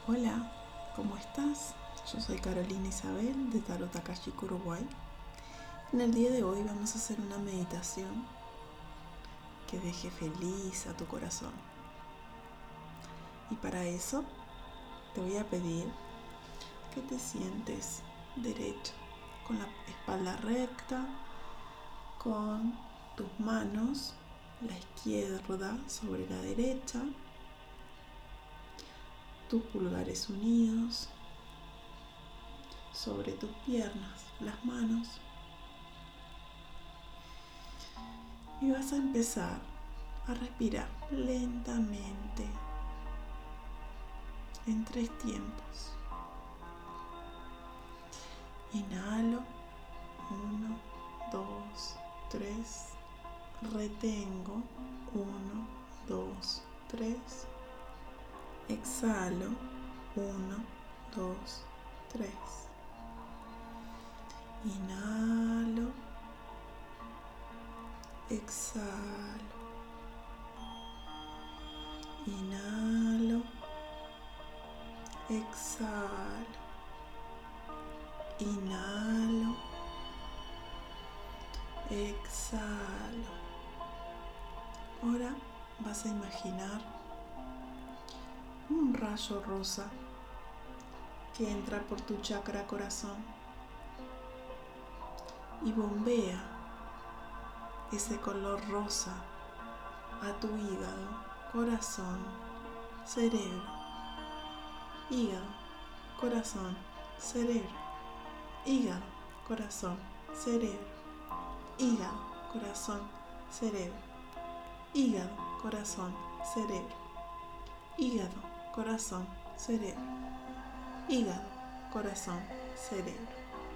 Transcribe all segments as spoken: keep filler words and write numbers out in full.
Hola, ¿cómo estás? Yo soy Carolina Isabel de Tarot Akashic Uruguay. En el día de hoy vamos a hacer una meditación que deje feliz a tu corazón. Y para eso te voy a pedir que te sientes derecho, con la espalda recta, con tus manos, la izquierda sobre la derecha, tus pulgares unidos sobre tus piernas, las manos. Y vas a empezar a respirar lentamente en tres tiempos. Inhalo, uno, dos, tres. Retengo, uno, dos, tres. Exhalo, uno, dos, tres. Inhalo, exhalo, inhalo, exhalo, inhalo, exhalo. Ahora vas a imaginar un rayo rosa que entra por tu chakra corazón y bombea ese color rosa a tu hígado, corazón, cerebro, hígado, corazón, cerebro, hígado, corazón, cerebro, hígado, corazón, cerebro, hígado, corazón, cerebro, hígado, corazón, cerebro, hígado, corazón, cerebro.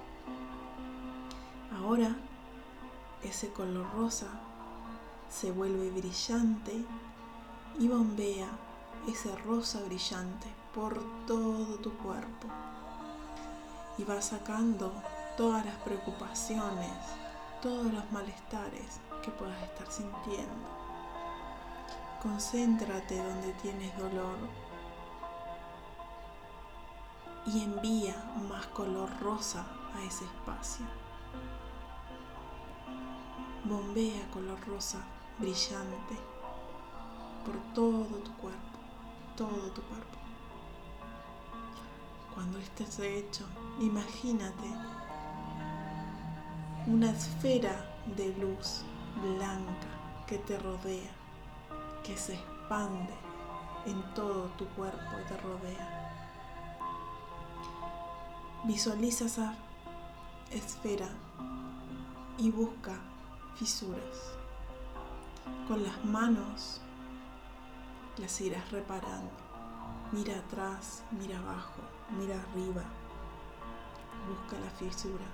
Ahora ese color rosa se vuelve brillante y bombea ese rosa brillante por todo tu cuerpo y va sacando todas las preocupaciones, todos los malestares que puedas estar sintiendo. Concéntrate donde tienes dolor y envía más color rosa a ese espacio. Bombea color rosa brillante por todo tu cuerpo, todo tu cuerpo. Cuando esto esté hecho, imagínate una esfera de luz blanca que te rodea, que se expande en todo tu cuerpo y te rodea. Visualiza esa esfera y busca fisuras. Con las manos las irás reparando. Mira atrás, mira abajo, mira arriba. Busca las fisuras.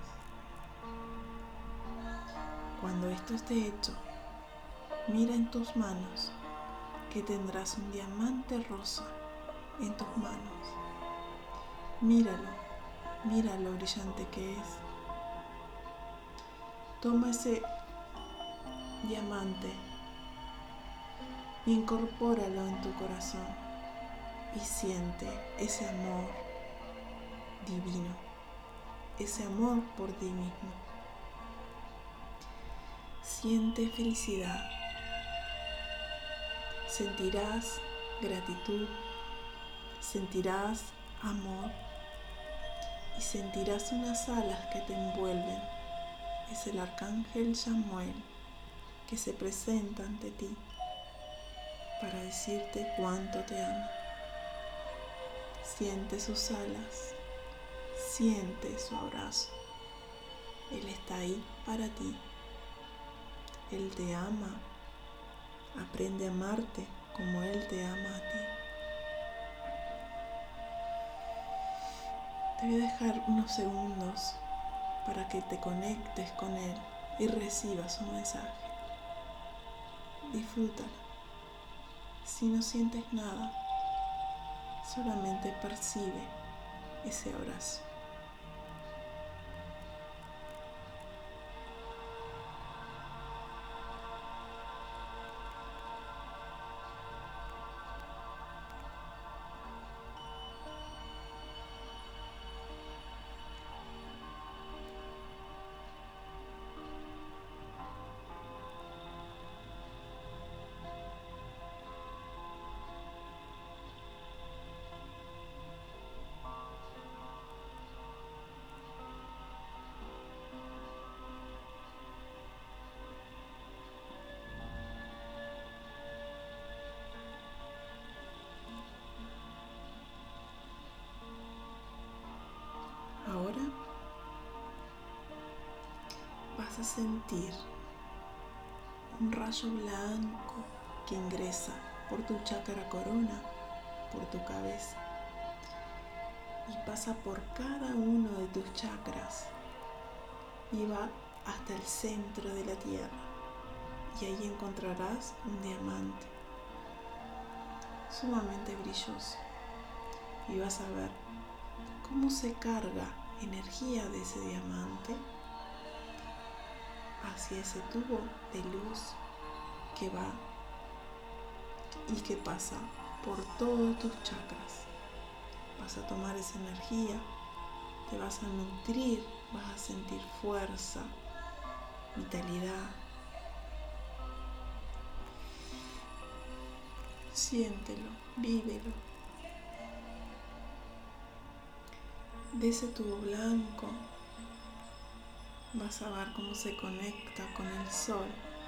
Cuando esto esté hecho, mira en tus manos que tendrás un diamante rosa en tus manos. Míralo, mira lo brillante que es. Toma ese diamante y incorpóralo en tu corazón y siente ese amor divino, ese amor por ti mismo. Siente felicidad, sentirás gratitud, sentirás amor y sentirás unas alas que te envuelven. Es el arcángel Chamuel que se presenta ante ti para decirte cuánto te ama. Siente sus alas, siente su abrazo. Él está ahí para ti. Él te ama. Aprende a amarte como Él te ama a ti. Te voy a dejar unos segundos para que te conectes con Él y recibas su mensaje. Disfrútalo. Si no sientes nada, solamente percibe ese abrazo. sentir un rayo blanco que ingresa por tu chakra corona, por tu cabeza, y pasa por cada uno de tus chakras y va hasta el centro de la tierra, y ahí encontrarás un diamante sumamente brilloso, y vas a ver cómo se carga energía de ese diamante hacia ese tubo de luz que va y que pasa por todos tus chakras. Vas a tomar esa energía, te vas a nutrir, vas a sentir fuerza, vitalidad. Siéntelo, vívelo. De ese tubo blanco vas a ver cómo se conecta con el sol.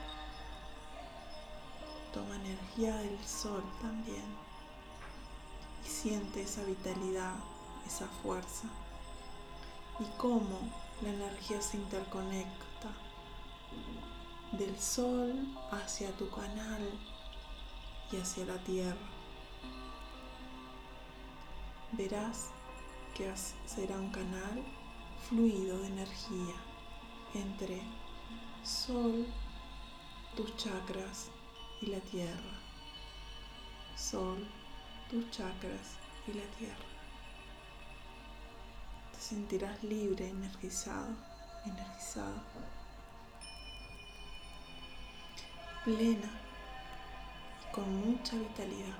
Toma energía del sol también y siente esa vitalidad, esa fuerza, y cómo la energía se interconecta del sol hacia tu canal y hacia la tierra. Verás que será un canal fluido de energía entre sol, tus chakras y la tierra. Sol, tus chakras y la tierra. Te sentirás libre, energizado, energizado, plena y con mucha vitalidad.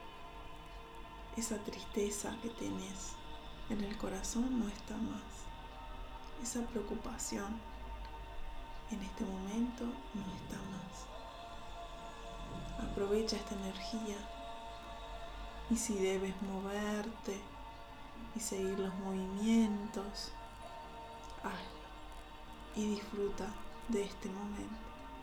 Esa tristeza que tenés en el corazón no está más. Esa preocupación en este momento no está más. Aprovecha esta energía, y si debes moverte y seguir los movimientos, hazlo y disfruta de este momento.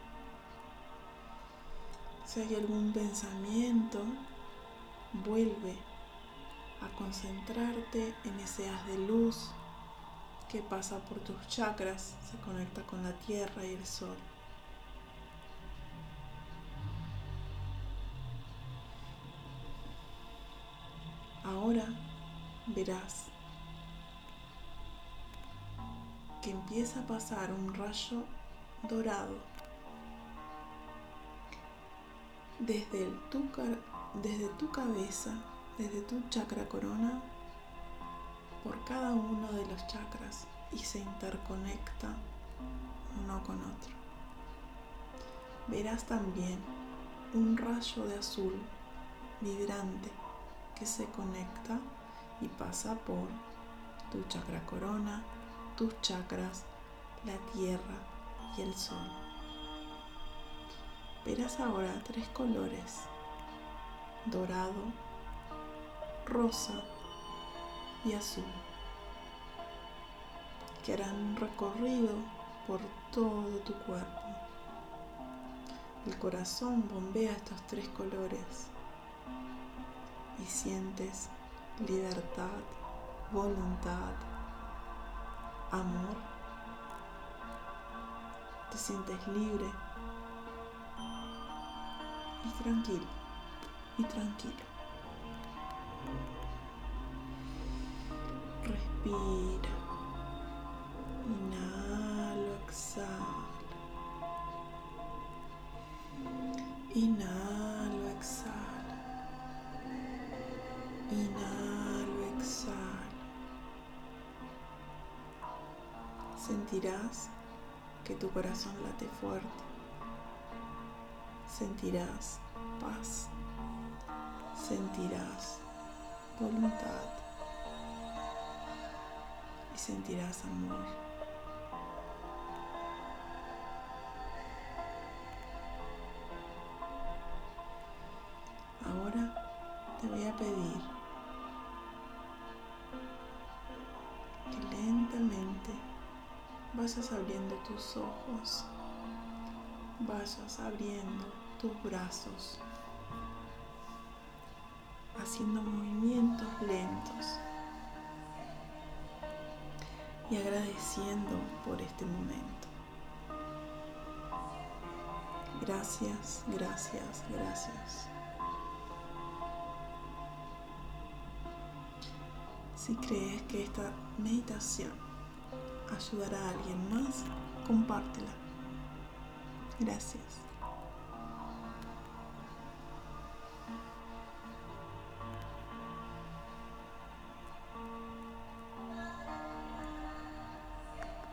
Si hay algún pensamiento, vuelve a concentrarte en ese haz de luz que pasa por tus chakras, se conecta con la tierra y el sol. Ahora verás que empieza a pasar un rayo dorado desde, el, tu, desde tu cabeza, desde tu chakra corona, por cada uno de los chakras, y se interconecta uno con otro. Verás también un rayo de azul vibrante que se conecta y pasa por tu chakra corona, tus chakras, la tierra y el sol. Verás ahora tres colores: dorado, rosa y azul, que harán un recorrido por todo tu cuerpo. El corazón bombea estos tres colores y sientes libertad, voluntad, amor. Te sientes libre y tranquilo, y tranquilo. Respira. Inhalo, exhalo. Inhalo, exhalo. Inhalo, exhalo. Sentirás que tu corazón late fuerte. Sentirás paz. Sentirás voluntad. Y sentirás amor. Ahora te voy a pedir que lentamente vayas abriendo tus ojos, vayas abriendo tus brazos, haciendo movimientos lentos y agradeciendo por este momento. Gracias, gracias, gracias. Si crees que esta meditación ayudará a alguien más, compártela. Gracias.